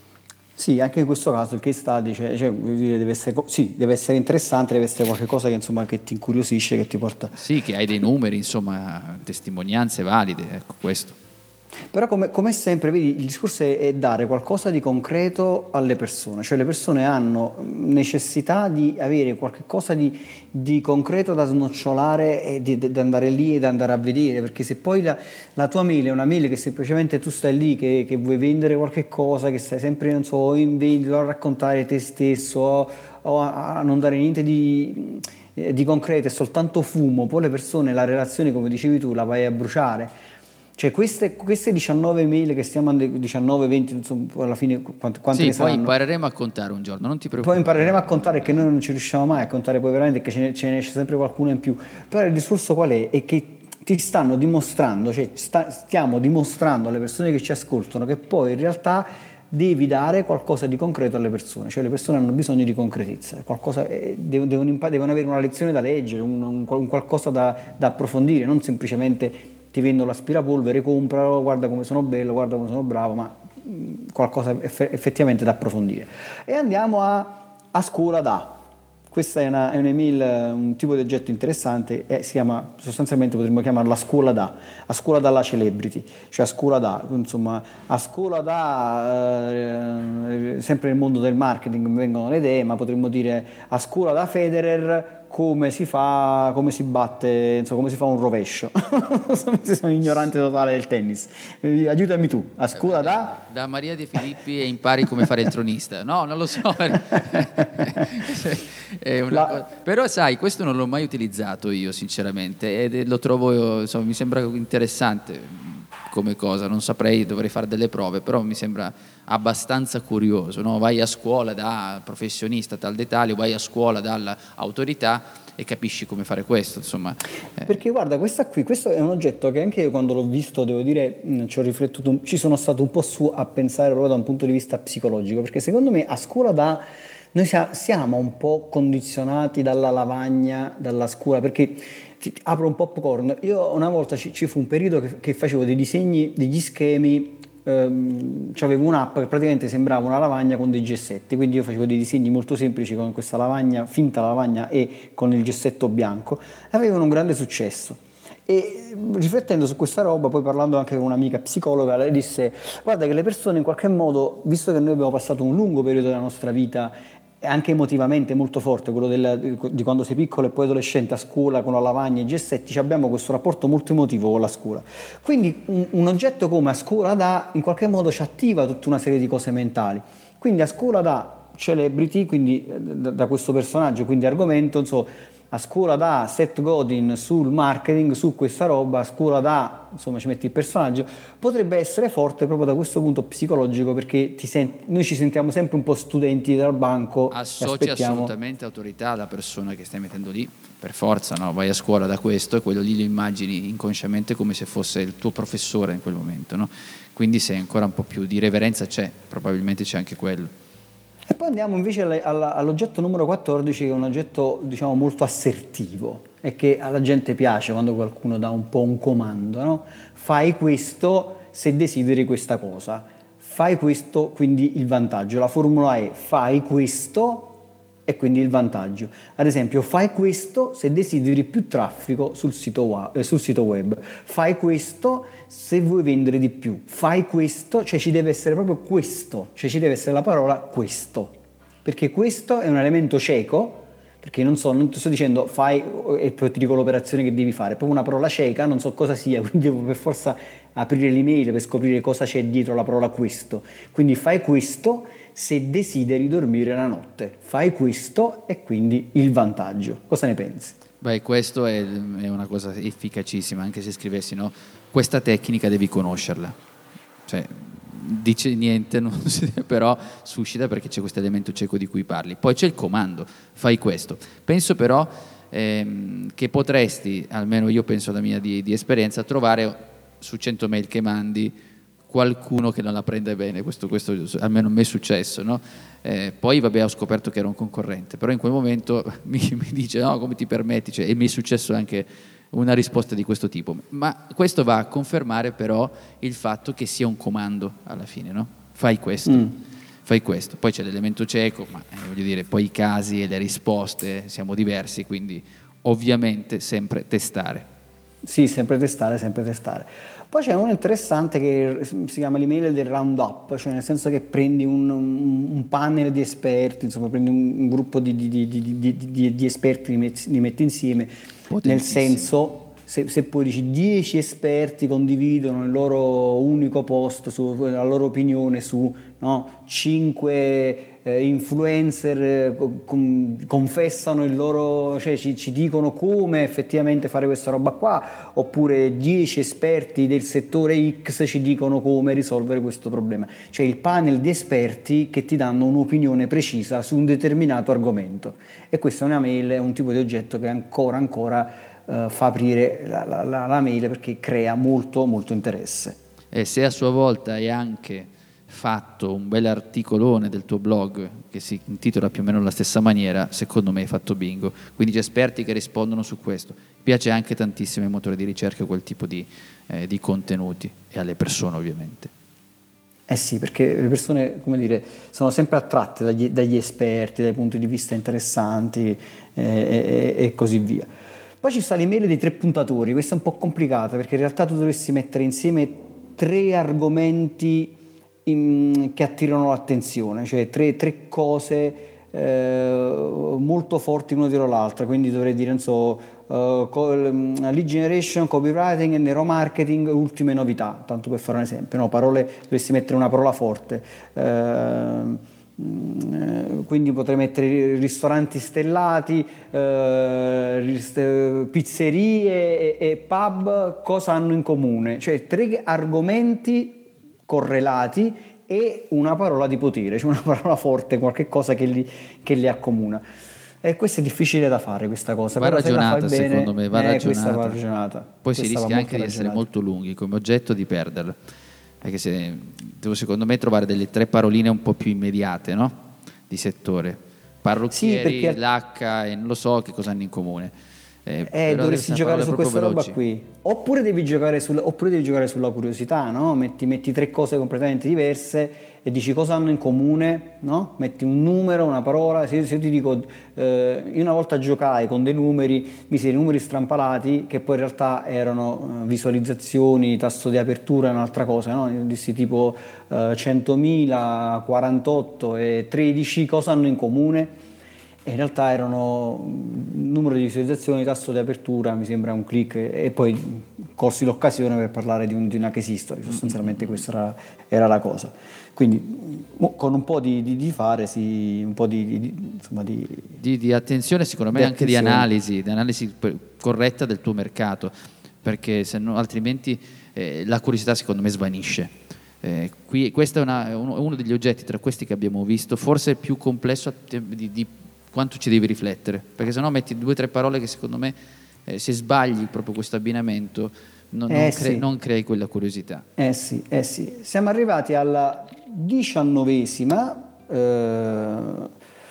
Speaker 2: Sì, anche in questo caso il case study cioè, cioè, voglio dire, deve essere, co- sì, deve essere interessante, deve essere qualcosa che, insomma, che ti incuriosisce, che ti porta.
Speaker 3: Sì, che hai dei numeri, insomma, testimonianze valide, ecco questo.
Speaker 2: Però come, come sempre, vedi, il discorso è, è dare qualcosa di concreto alle persone, cioè le persone hanno necessità di avere qualche cosa di, di concreto da snocciolare e di, di andare lì e da andare a vedere, perché se poi la, la tua mail è una mail che semplicemente tu stai lì, che, che vuoi vendere qualche cosa, che stai sempre, non so, in vendita, a raccontare te stesso, o, o a, a non dare niente di, di concreto, è soltanto fumo, poi le persone, la relazione, come dicevi tu, la vai a bruciare. Cioè queste, queste diciannove mail che stiamo andando, diciannove venti, insomma, alla fine quante, quante
Speaker 3: Sì,
Speaker 2: ne
Speaker 3: poi
Speaker 2: saranno?
Speaker 3: impareremo a contare un giorno, non ti
Speaker 2: Poi
Speaker 3: preoccupare.
Speaker 2: impareremo a contare che noi non ci riusciamo mai a contare poi veramente che ce ne, ce ne esce sempre qualcuno in più. Però il discorso qual è? È che ti stanno dimostrando, cioè sta- stiamo dimostrando alle persone che ci ascoltano che poi in realtà devi dare qualcosa di concreto alle persone, cioè le persone hanno bisogno di concretezza, qualcosa, eh, devono, devono impa- devono avere una lezione da leggere, un, un- un qualcosa da, da approfondire, non semplicemente ti vendo l'aspirapolvere, compralo, guarda come sono bello, guarda come sono bravo, ma mh, qualcosa eff- effettivamente da approfondire. E andiamo a, a scuola da. Questa è, una, è un'email, un tipo di oggetto interessante, e si chiama, sostanzialmente potremmo chiamarla a scuola da, a scuola dalla celebrity, cioè a scuola da, insomma, a scuola da, eh, sempre nel mondo del marketing mi vengono le idee, ma potremmo dire a scuola da Federer come si fa, come si batte, insomma, come si fa un rovescio. Sono ignorante totale del tennis. Eh, Aiutami tu, a scuola da...
Speaker 3: Da Maria De Filippi e impari come fare il tronista. No, non lo so. È una
Speaker 2: La-
Speaker 3: cosa- Però sai, questo non l'ho mai utilizzato io, sinceramente, ed lo trovo, insomma, mi sembra interessante come cosa. Non saprei, dovrei fare delle prove, però mi sembra abbastanza curioso, no? Vai a scuola da professionista tal dettaglio, vai a scuola dall'autorità e capisci come fare questo, insomma. Eh,
Speaker 2: Perché guarda, questa qui, questo è un oggetto che anche io quando l'ho visto, devo dire, mh, ci ho riflettuto, un- ci sono stato un po' su a pensare proprio da un punto di vista psicologico, perché secondo me a scuola da Noi sia- siamo un po' condizionati dalla lavagna, dalla scuola, perché ti- apro un popcorn. Io una volta ci, ci fu un periodo che, che facevo dei disegni, degli schemi, ehm, c'avevo un'app che praticamente sembrava una lavagna con dei gessetti, quindi io facevo dei disegni molto semplici con questa lavagna, finta lavagna e con il gessetto bianco, e avevano un grande successo. E riflettendo su questa roba, poi parlando anche con un'amica psicologa, lei disse: guarda che le persone in qualche modo, visto che noi abbiamo passato un lungo periodo della nostra vita, e anche emotivamente molto forte, quello del- di quando sei piccolo e poi adolescente a scuola con la lavagna e i gessetti, ci abbiamo questo rapporto molto emotivo con la scuola. Quindi un, un oggetto come a scuola da, in qualche modo ci attiva tutta una serie di cose mentali. Quindi a scuola da celebrity, quindi eh, da, da questo personaggio, quindi argomento, insomma, a scuola da Seth Godin sul marketing, su questa roba, a scuola da, insomma, ci metti il personaggio, potrebbe essere forte proprio da questo punto psicologico, perché ti senti, noi ci sentiamo sempre un po' studenti dal banco e
Speaker 3: Associ
Speaker 2: aspettiamo.
Speaker 3: assolutamente autorità alla persona che stai mettendo lì, per forza, no? Vai a scuola da questo e quello lì lo immagini inconsciamente come se fosse il tuo professore in quel momento, no? Quindi se ancora un po' più di reverenza c'è, probabilmente c'è anche quello.
Speaker 2: E poi andiamo invece alle- alla- all'oggetto numero quattordici, che è un oggetto, diciamo, molto assertivo e che alla gente piace quando qualcuno dà un po' un comando, no? Fai questo se desideri questa cosa. Fai questo, quindi il vantaggio. La formula è: fai questo e quindi il vantaggio. Ad esempio, fai questo se desideri più traffico sul sito, wa- eh, sul sito web. Fai questo se vuoi vendere di più. Fai questo, cioè ci deve essere proprio questo, cioè ci deve essere la parola questo. Perché questo è un elemento cieco, perché non so, non ti sto dicendo fai e poi ti dico l'operazione che devi fare, è proprio una parola cieca, non so cosa sia, quindi devo per forza aprire l'email per scoprire cosa c'è dietro la parola questo. Quindi fai questo se desideri dormire la notte. Fai questo e quindi il vantaggio. Cosa ne pensi?
Speaker 3: Beh, questo è, è una cosa efficacissima, anche se scrivessi, no? Questa tecnica devi conoscerla. Cioè, dice niente, non si- però suscita perché c'è questo elemento cieco di cui parli. Poi c'è il comando, fai questo. Penso però ehm, che potresti, almeno io penso alla mia di, di esperienza, trovare su cento mail che mandi qualcuno che non la prende bene, questo, questo almeno a me è successo, no? Eh, poi vabbè ho scoperto che era un concorrente, però in quel momento mi, mi dice no, come ti permetti, cioè, e mi è successo anche una risposta di questo tipo, ma questo va a confermare però il fatto che sia un comando alla fine, no? Fai questo,
Speaker 2: Mm.
Speaker 3: fai questo, poi c'è l'elemento cieco, ma eh, voglio dire, poi i casi e le risposte siamo diversi, quindi ovviamente sempre testare.
Speaker 2: Sì, sempre testare, sempre testare. Poi c'è uno interessante che si chiama l'email del roundup, cioè nel senso che prendi un, un- un panel di esperti, insomma prendi un, un gruppo di, di- di- di- di- di- di esperti, li metti, li metti insieme, nel
Speaker 3: Potentissimo.
Speaker 2: senso, se, se poi dici dieci esperti condividono il loro unico post, su, la loro opinione su no, cinque influencer, eh, com- confessano il loro, cioè ci, ci dicono come effettivamente fare questa roba qua, oppure dieci esperti del settore X ci dicono come risolvere questo problema. Cioè il panel di esperti che ti danno un'opinione precisa su un determinato argomento. E questa è una mail, è un tipo di oggetto che ancora ancora eh, fa aprire la, la- la- la mail, perché crea molto molto interesse.
Speaker 3: E se a sua volta hai anche fatto un bel articolone del tuo blog che si intitola più o meno alla stessa maniera, secondo me hai fatto bingo. Quindi c'è esperti che rispondono su questo. Piace anche tantissimo ai motori di ricerca quel tipo di, eh, di contenuti, e alle persone ovviamente.
Speaker 2: Eh sì, perché le persone, come dire, sono sempre attratte dagli, dagli esperti, dai punti di vista interessanti eh, e, e così via. Poi ci sta l'email dei tre puntatori, questa è un po' complicata perché in realtà tu dovresti mettere insieme tre argomenti in- che attirano l'attenzione, cioè tre, tre cose eh, molto forti l'una dietro l'altra, quindi dovrei dire, non so, eh, co- mm, lead generation, copywriting e neuromarketing, ultime novità, tanto per fare un esempio, no? Parole, dovresti mettere una parola forte. Ehm, mm, eh, quindi potrei mettere ristoranti stellati, eh, rist- pizzerie e, e pub, cosa hanno in comune? Cioè tre argomenti correlati e una parola di potere, cioè una parola forte, qualche cosa che li, che li accomuna. E questo è difficile da fare, questa cosa,
Speaker 3: Va
Speaker 2: però se la fai
Speaker 3: ragionata,
Speaker 2: bene,
Speaker 3: secondo me, va
Speaker 2: eh, questa va
Speaker 3: ragionata.
Speaker 2: ragionata.
Speaker 3: Poi si
Speaker 2: Questa va
Speaker 3: rischia
Speaker 2: molto
Speaker 3: anche di essere
Speaker 2: ragionata.
Speaker 3: molto lunghi come oggetto, di perderla. Perché se, devo secondo me trovare delle tre paroline un po' più immediate, no? Di settore. parrucchieri,
Speaker 2: Sì, perché
Speaker 3: l'H e non lo so che cosa hanno in comune. Eh,
Speaker 2: Eh,
Speaker 3: però
Speaker 2: dovresti
Speaker 3: deve
Speaker 2: giocare
Speaker 3: parole
Speaker 2: su
Speaker 3: proprio
Speaker 2: questa roba
Speaker 3: veloci.
Speaker 2: qui. Oppure devi giocare, sul- oppure devi giocare sulla curiosità, no? Metti, metti tre cose completamente diverse e dici cosa hanno in comune, no? Metti un numero, una parola. Se, se io ti dico, eh, io una volta giocai con dei numeri, misi dei numeri strampalati che poi in realtà erano eh, visualizzazioni, tasto di apertura e un'altra cosa, no? Io dissi tipo eh, centomila, quarantotto e tredici, cosa hanno in comune? E in realtà erano un numero di visualizzazioni, tasso di apertura, mi sembra un click, e poi colsi l'occasione per parlare di, un, di una case history, sostanzialmente questa era, era la cosa. Quindi mo, con un po' di, di, di fare, si, un po' di, di, di- insomma, di,
Speaker 3: Di, di attenzione, secondo me
Speaker 2: di
Speaker 3: anche di
Speaker 2: attenzione.
Speaker 3: analisi, di analisi per- corretta del tuo mercato, perché se no, altrimenti eh, la curiosità secondo me svanisce. Eh, qui, questo è una- uno, uno degli oggetti tra questi che abbiamo visto, forse più complesso a te- di, di quanto ci devi riflettere, perché se no metti due o tre parole che secondo me eh, se sbagli proprio questo abbinamento no- non,
Speaker 2: Eh
Speaker 3: cre-
Speaker 2: sì,
Speaker 3: non crei quella curiosità.
Speaker 2: eh sì, eh sì. Siamo arrivati alla diciannovesima, eh,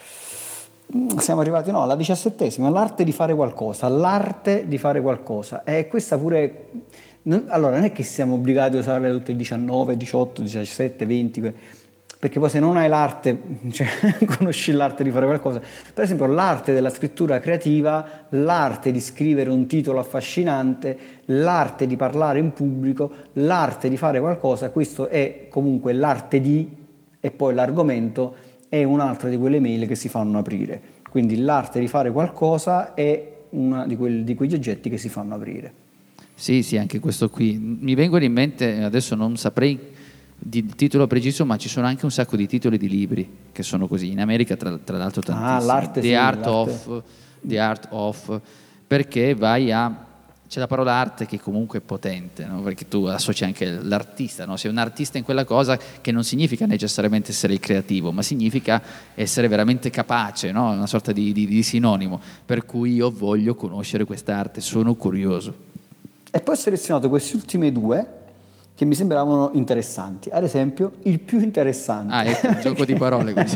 Speaker 2: siamo arrivati no, alla diciassettesima, l'arte di fare qualcosa, l'arte di fare qualcosa. E questa pure... non- allora, non è che siamo obbligati a usarle tutte diciannove, diciotto, diciassette, venti, que- perché poi se non hai l'arte, cioè conosci l'arte di fare qualcosa. Per esempio l'arte della scrittura creativa, l'arte di scrivere un titolo affascinante, l'arte di parlare in pubblico, l'arte di fare qualcosa, questo è comunque l'arte di, e poi l'argomento è un'altra di quelle mail che si fanno aprire. Quindi l'arte di fare qualcosa è uno di, quel- di quegli oggetti che si fanno aprire.
Speaker 3: Sì, sì, anche questo qui. Mi vengono in mente, adesso non saprei di titolo preciso, ma ci sono anche un sacco di titoli di libri che sono così. In America, tra, tra l'altro,
Speaker 2: Ah,
Speaker 3: tantissimi.
Speaker 2: l'arte
Speaker 3: The
Speaker 2: sì,
Speaker 3: Art
Speaker 2: l'arte.
Speaker 3: of, The Art of, perché vai a... C'è la parola arte che comunque è potente, no? Perché tu associ anche l'artista, no? Sei un artista in quella cosa che non significa necessariamente essere il creativo, ma significa essere veramente capace, no? Una sorta di, di, di sinonimo. Per cui io voglio conoscere quest'arte, sono curioso.
Speaker 2: E poi ho selezionato questi ultimi due che mi sembravano interessanti. Ad esempio, il più interessante.
Speaker 3: Ah, ecco, un gioco di parole così.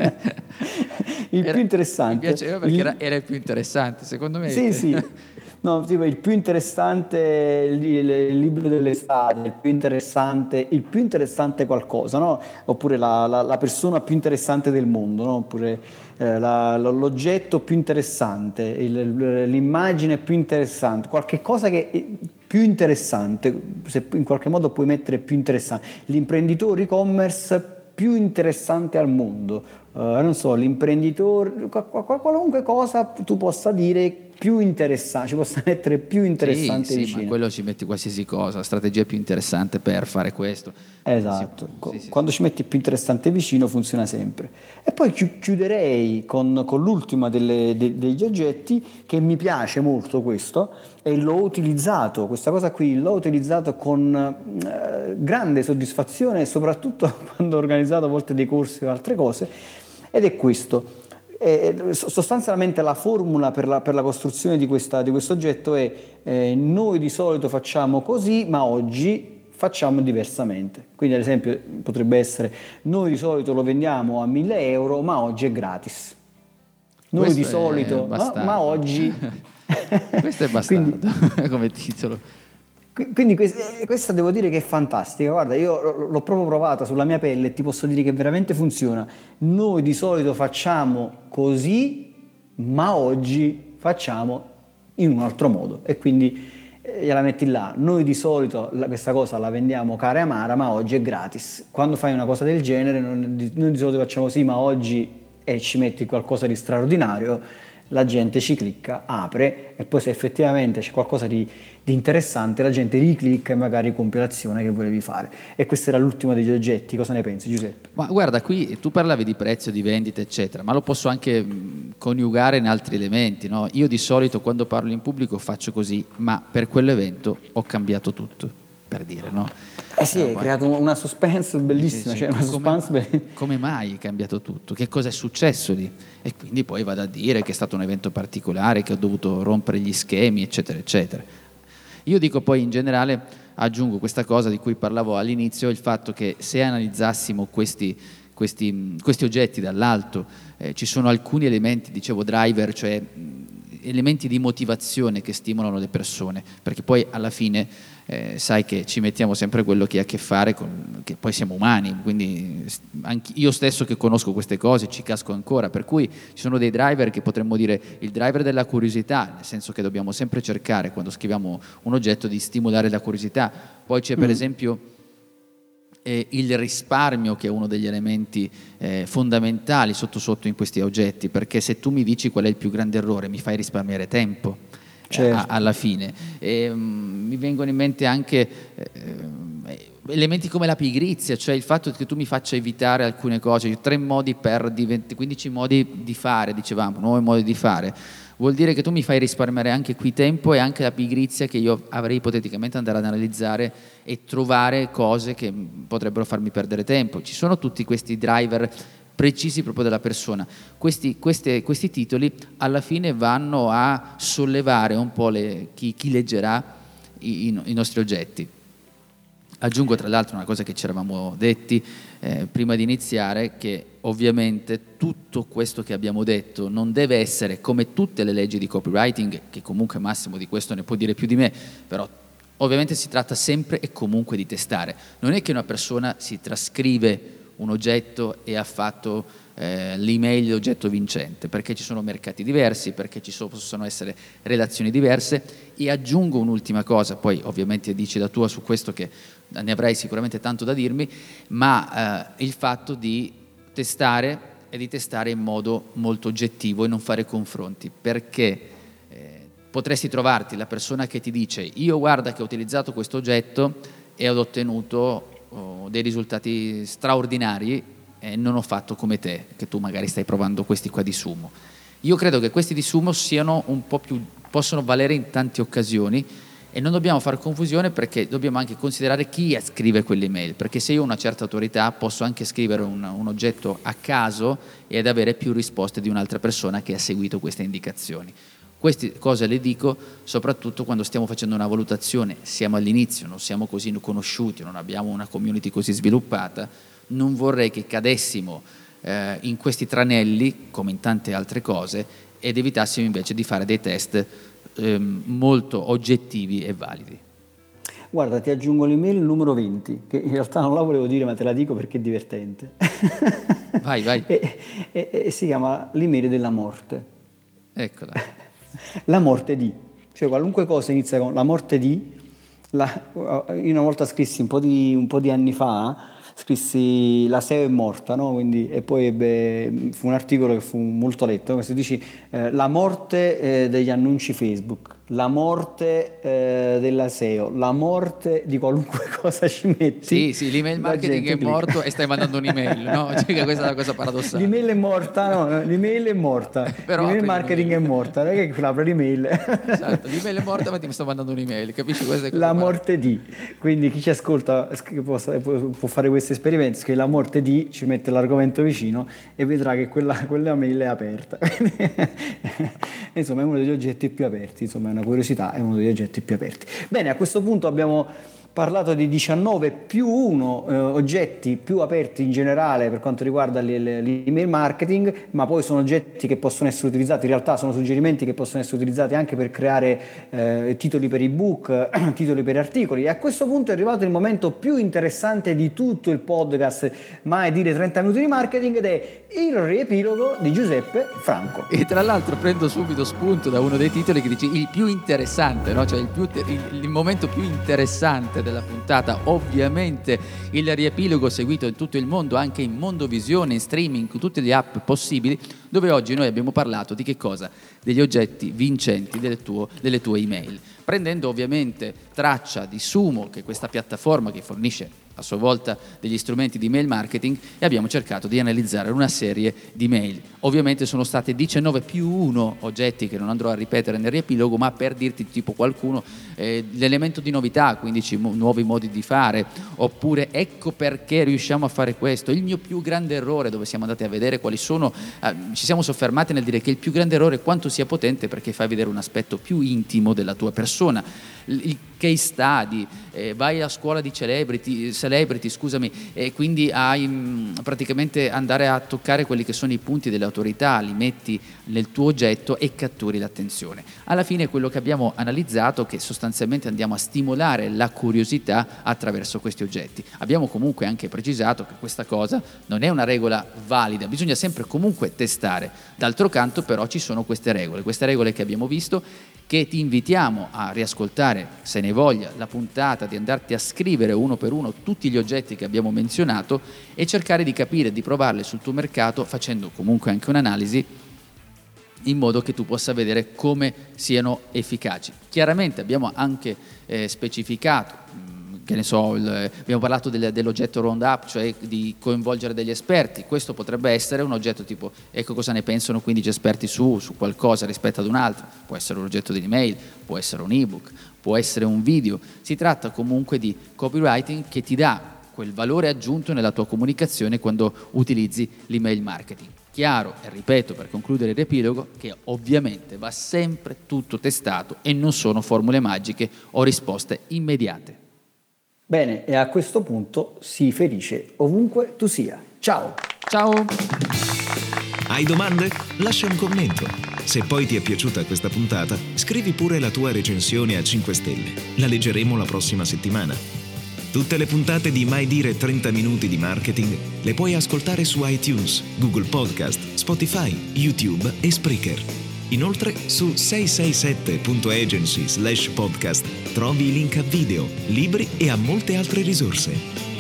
Speaker 2: Il
Speaker 3: Era-
Speaker 2: più
Speaker 3: mi
Speaker 2: interessante.
Speaker 3: piaceva perché
Speaker 2: il-
Speaker 3: era, era il più interessante, secondo me.
Speaker 2: Sì, sì. No, tipo il più interessante il, il- il libro dell'estate, il più interessante, il più interessante qualcosa, no? Oppure la, la- la persona più interessante del mondo, no? Oppure eh, la- lo- l'oggetto più interessante, il- l'immagine più interessante, qualche cosa che è più interessante, se in qualche modo puoi mettere più interessante, l'imprenditore e-commerce più interessante al mondo. Eh, non so, l'imprenditore, qua- qua- qualunque cosa tu possa dire più interessante, ci possa mettere più
Speaker 3: Sì,
Speaker 2: interessante
Speaker 3: sì, ma
Speaker 2: vicino.
Speaker 3: quello ci metti qualsiasi cosa, strategia più interessante per fare questo.
Speaker 2: Esatto,
Speaker 3: Sì,
Speaker 2: Co-
Speaker 3: sì, sì,
Speaker 2: quando
Speaker 3: sì.
Speaker 2: ci metti più interessante vicino funziona sempre. E poi chi- chiuderei con, con l'ultima delle- de- degli oggetti che mi piace molto questo e l'ho utilizzato, questa cosa qui l'ho utilizzato con eh, grande soddisfazione, soprattutto quando ho organizzato a volte dei corsi o altre cose, ed è questo. E, so- sostanzialmente la formula per la, per la costruzione di, questa, di questo oggetto è eh, noi di solito facciamo così, ma oggi facciamo diversamente. Quindi ad esempio potrebbe essere noi di solito lo vendiamo a mille euro, ma oggi è gratis. Noi
Speaker 3: Questo
Speaker 2: di
Speaker 3: è
Speaker 2: solito, no? Ma
Speaker 3: bastardo.
Speaker 2: oggi...
Speaker 3: Questo è
Speaker 2: Quindi,
Speaker 3: bastardo come titolo.
Speaker 2: Qui- Quindi quest- eh, questa devo dire che è fantastica, guarda, io l- l'ho proprio provata sulla mia pelle e ti posso dire che veramente funziona. Noi di solito facciamo così, ma oggi facciamo in un altro modo e quindi eh, gliela metti là. Noi di solito la- questa cosa la vendiamo cara e amara, ma oggi è gratis. Quando fai una cosa del genere, non- di- noi di solito facciamo così, ma oggi e ci metti qualcosa di straordinario, la gente ci clicca, apre e poi se effettivamente c'è qualcosa di, di interessante la gente riclicca e magari compie l'azione che volevi fare. E questo era l'ultimo degli oggetti, cosa ne pensi Giuseppe?
Speaker 3: Ma guarda, qui tu parlavi di prezzo, di vendita, eccetera, ma lo posso anche mh, coniugare in altri elementi, no? Io di solito quando parlo in pubblico faccio così, ma per quell'evento ho cambiato tutto, per dire, no?
Speaker 2: Eh sì,
Speaker 3: Eh,
Speaker 2: hai
Speaker 3: ma-
Speaker 2: creato una suspense bellissima,
Speaker 3: Sì, sì,
Speaker 2: cioè una
Speaker 3: come,
Speaker 2: suspense be-
Speaker 3: come mai è cambiato tutto? Che cosa è successo lì? E quindi poi vado a dire che è stato un evento particolare, che ho dovuto rompere gli schemi, eccetera, eccetera. Io dico poi in generale, aggiungo questa cosa di cui parlavo all'inizio, il fatto che se analizzassimo questi, questi, questi oggetti dall'alto. Eh, ci sono alcuni elementi, dicevo driver, cioè elementi di motivazione che stimolano le persone, perché poi alla fine eh, sai che ci mettiamo sempre quello che ha a che fare con, che poi siamo umani, quindi anche io stesso che conosco queste cose ci casco ancora, per cui ci sono dei driver che potremmo dire il driver della curiosità, nel senso che dobbiamo sempre cercare quando scriviamo un oggetto di stimolare la curiosità. Poi c'è per mm. esempio eh, il risparmio, che è uno degli elementi eh, fondamentali sotto sotto in questi oggetti, perché se tu mi dici qual è il più grande errore mi fai risparmiare tempo. Certo. A, alla fine e, um, mi vengono in mente anche eh, elementi come la pigrizia, cioè il fatto che tu mi faccia evitare alcune cose, tre modi per divent- quindici modi di fare, dicevamo, nuovi modi di fare, vuol dire che tu mi fai risparmiare anche qui tempo e anche la pigrizia che io avrei ipoteticamente andare ad analizzare e trovare cose che potrebbero farmi perdere tempo. Ci sono tutti questi driver precisi proprio della persona. Questi, queste, questi titoli alla fine vanno a sollevare un po' le, chi, chi leggerà i, i, i nostri oggetti. Aggiungo tra l'altro una cosa che ci eravamo detti eh, prima di iniziare, che ovviamente tutto questo che abbiamo detto non deve essere come tutte le leggi di copywriting, che comunque Massimo di questo ne può dire più di me, però ovviamente si tratta sempre e comunque di testare. Non è che una persona si trascrive un oggetto e ha fatto eh, l'email di oggetto vincente, perché ci sono mercati diversi, perché ci so, possono essere relazioni diverse. E aggiungo un'ultima cosa, poi ovviamente dici la tua su questo, che ne avrai sicuramente tanto da dirmi, ma eh, il fatto di testare e di testare in modo molto oggettivo e non fare confronti, perché eh, potresti trovarti la persona che ti dice io guarda che ho utilizzato questo oggetto e ho ottenuto dei risultati straordinari e non ho fatto come te, che tu magari stai provando questi qua di Sumo. Io credo che questi di Sumo siano un po' più, possono valere in tante occasioni e non dobbiamo fare confusione, perché dobbiamo anche considerare chi scrive quelle email, perché se io ho una certa autorità posso anche scrivere un, un oggetto a caso ed avere più risposte di un'altra persona che ha seguito queste indicazioni. Queste cose le dico soprattutto quando stiamo facendo una valutazione, siamo all'inizio, non siamo così conosciuti, non abbiamo una community così sviluppata, non vorrei che cadessimo eh, in questi tranelli, come in tante altre cose, ed evitassimo invece di fare dei test eh, molto oggettivi e validi.
Speaker 2: Guarda, ti aggiungo l'email numero venti, che in realtà non la volevo dire, ma te la dico perché è divertente.
Speaker 3: Vai, vai.
Speaker 2: e, e, e si chiama l'email della morte.
Speaker 3: Eccola.
Speaker 2: La morte di, cioè qualunque cosa inizia con la morte di, la, io una volta scrissi un po' di, un po' di anni fa, scrissi la S E O è morta, no? Quindi, e poi ebbe, fu un articolo che fu molto letto, se dici eh, la morte eh, degli annunci Facebook, la morte eh, della S E O, la morte di qualunque cosa ci metti.
Speaker 3: Sì, sì, l'email marketing è morto e stai mandando un'email, no? Cioè, questa è la cosa paradossale.
Speaker 2: L'email è morta, no, l'email è morta,
Speaker 3: Però
Speaker 2: l'email marketing è morta, non è che apre l'email.
Speaker 3: Esatto, l'email è morta ma ti sto mandando un'email, capisci? Questa è
Speaker 2: la morte di, quindi chi ci ascolta può, può fare questo esperimento, che la morte di ci mette l'argomento vicino e vedrà che quella, quella mail è aperta. Insomma è uno degli oggetti più aperti, insomma è una curiosità, è uno degli oggetti più aperti. Bene, a questo punto abbiamo parlato di diciannove più uno eh, oggetti più aperti in generale per quanto riguarda l'email marketing, ma poi sono oggetti che possono essere utilizzati, in realtà sono suggerimenti che possono essere utilizzati anche per creare eh, titoli per ebook, titoli per articoli. E a questo punto è arrivato il momento più interessante di tutto il podcast Mai dire trenta minuti di marketing, ed è il riepilogo di Giuseppe Franco.
Speaker 3: E tra l'altro prendo subito spunto da uno dei titoli che dice il più interessante, no? Cioè il, più, il, il momento più interessante della puntata, ovviamente il riepilogo seguito in tutto il mondo, anche in Mondovisione, in streaming, con tutte le app possibili, dove oggi noi abbiamo parlato di che cosa? Degli oggetti vincenti del tuo, delle tue email, prendendo ovviamente traccia di Sumo, che è questa piattaforma che fornisce a sua volta degli strumenti di email marketing, e abbiamo cercato di analizzare una serie di mail. Ovviamente sono state diciannove più uno oggetti che non andrò a ripetere nel riepilogo, ma per dirti tipo qualcuno, eh, l'elemento di novità, quindici mo- nuovi modi di fare, oppure ecco perché riusciamo a fare questo, il mio più grande errore, dove siamo andati a vedere quali sono, eh, ci siamo soffermati nel dire che il più grande errore è quanto sia potente, perché fai vedere un aspetto più intimo della tua persona. Il case study, eh, vai a scuola di celebrity, celebrity scusami, e quindi hai mh, praticamente andare a toccare quelli che sono i punti delle autorità, li metti nel tuo oggetto e catturi l'attenzione. Alla fine quello che abbiamo analizzato è che sostanzialmente andiamo a stimolare la curiosità attraverso questi oggetti. Abbiamo comunque anche precisato che questa cosa non è una regola valida, bisogna sempre comunque testare. D'altro canto però ci sono queste regole, queste regole che abbiamo visto, che ti invitiamo a riascoltare, se ne voglia, la puntata, di andarti a scrivere uno per uno tutti gli oggetti che abbiamo menzionato e cercare di capire, di provarli sul tuo mercato, facendo comunque anche un'analisi in modo che tu possa vedere come siano efficaci. Chiaramente abbiamo anche eh, specificato, che ne so, il, abbiamo parlato del, dell'oggetto Roundup, cioè di coinvolgere degli esperti. Questo potrebbe essere un oggetto tipo, ecco cosa ne pensano quindici esperti su, su qualcosa rispetto ad un altro. Può essere un oggetto di email, può essere un ebook, può essere un video. Si tratta comunque di copywriting che ti dà quel valore aggiunto nella tua comunicazione quando utilizzi l'email marketing. Chiaro, e ripeto per concludere il riepilogo, che ovviamente va sempre tutto testato e non sono formule magiche o risposte immediate.
Speaker 2: Bene, e a questo punto sii felice ovunque tu sia. Ciao!
Speaker 3: Ciao!
Speaker 1: Hai domande? Lascia un commento. Se poi ti è piaciuta questa puntata, scrivi pure la tua recensione a cinque stelle. La leggeremo la prossima settimana. Tutte le puntate di Mai Dire trenta minuti di marketing le puoi ascoltare su iTunes, Google Podcast, Spotify, YouTube e Spreaker. Inoltre su sei sei sette punto agency slash podcast trovi i link a video, libri e a molte altre risorse.